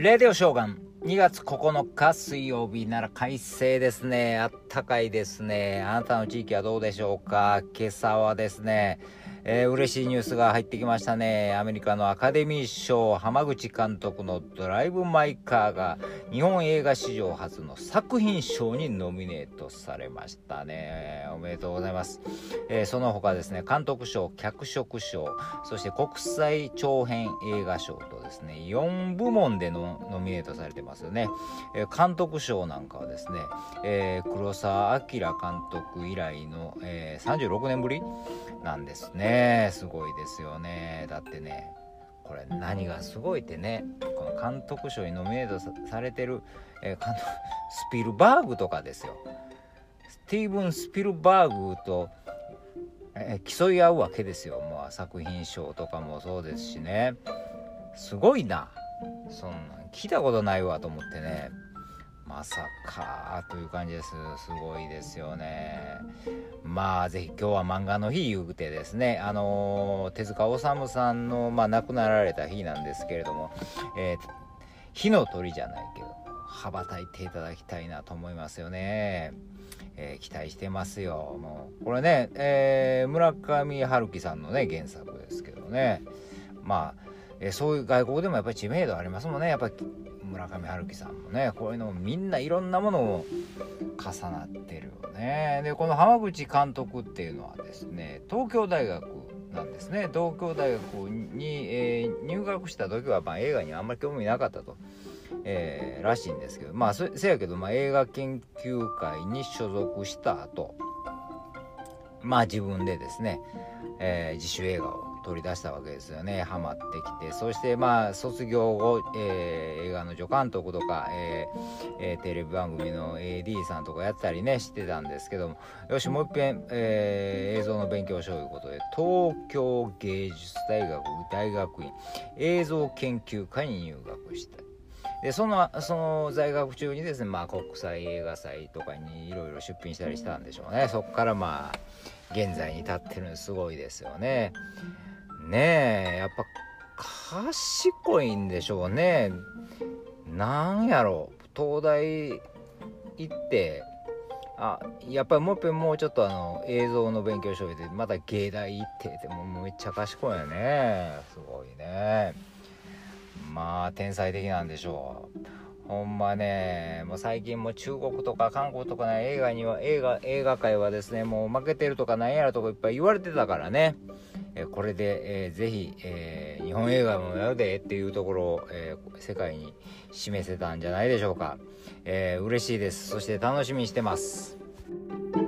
レディオショーガン2月9日水曜日なら快晴ですね。あったかいですね。あなたの地域はどうでしょうか。今朝はですね、嬉しいニュースが入ってきましたね。アメリカのアカデミー賞濱口監督のドライブ・マイ・カーが日本映画史上初の作品賞にノミネートされましたね。おめでとうございます。その他ですね、監督賞、脚色賞、そして国際長編映画賞とですね、4部門でのノミネートされてますよね。監督賞なんかはですね、黒澤明監督以来の、36年ぶりなんですね。すごいですよね。だってね、これ何がすごいってね、この監督賞にノミネート されてる、監督スピルバーグとかですよ。スティーブン・スピルバーグと、競い合うわけですよ。もう作品賞とかもそうですしね。すごいな。そんなん聞いたことないわと思ってね。まさかという感じです。すごいですよね。まあぜひ今日は漫画の日言うてですね、手塚治虫さんの、亡くなられた日なんですけれども、火の鳥じゃないけど羽ばたいていただきたいなと思いますよね。期待してますよ。もうこれね、村上春樹さんのね原作ですけどね、そういう外国でもやっぱり知名度ありますもんね。やっぱり村上春樹さんもね、こういうのもみんないろんなものを重なってるよね。でこの濱口監督っていうのはですね、東京大学なんですね。東京大学に、入学した時は、映画にはあんまり興味なかったと、らしいんですけど、せやけど、映画研究会に所属した後、自分でですね、自主映画を取り出したわけですよね。ハマってきて、そして卒業後、映画の助監督とか、テレビ番組の AD さんとかやったりねしてたんですけども、よしもう一遍、映像の勉強をしようということで東京芸術大学大学院映像研究科に入学した。でその在学中にですね、国際映画祭とかにいろいろ出品したりしたんでしょうね。そこから現在に至ってるのすごいですよね。ねえ、やっぱ賢いんでしょうね。なんやろう、東大行ってやっぱりもうちょっと映像の勉強しといて、また芸大行ってってもうめっちゃ賢いよね。すごいね。天才的なんでしょう。ほんまね、もう最近も中国とか韓国とかね、映画界はですね、もう負けてるとかなんやらとかいっぱい言われてたからね。これで、ぜひ、日本映画もやるでっていうところを、世界に示せたんじゃないでしょうか。嬉しいです。そして楽しみにしてます。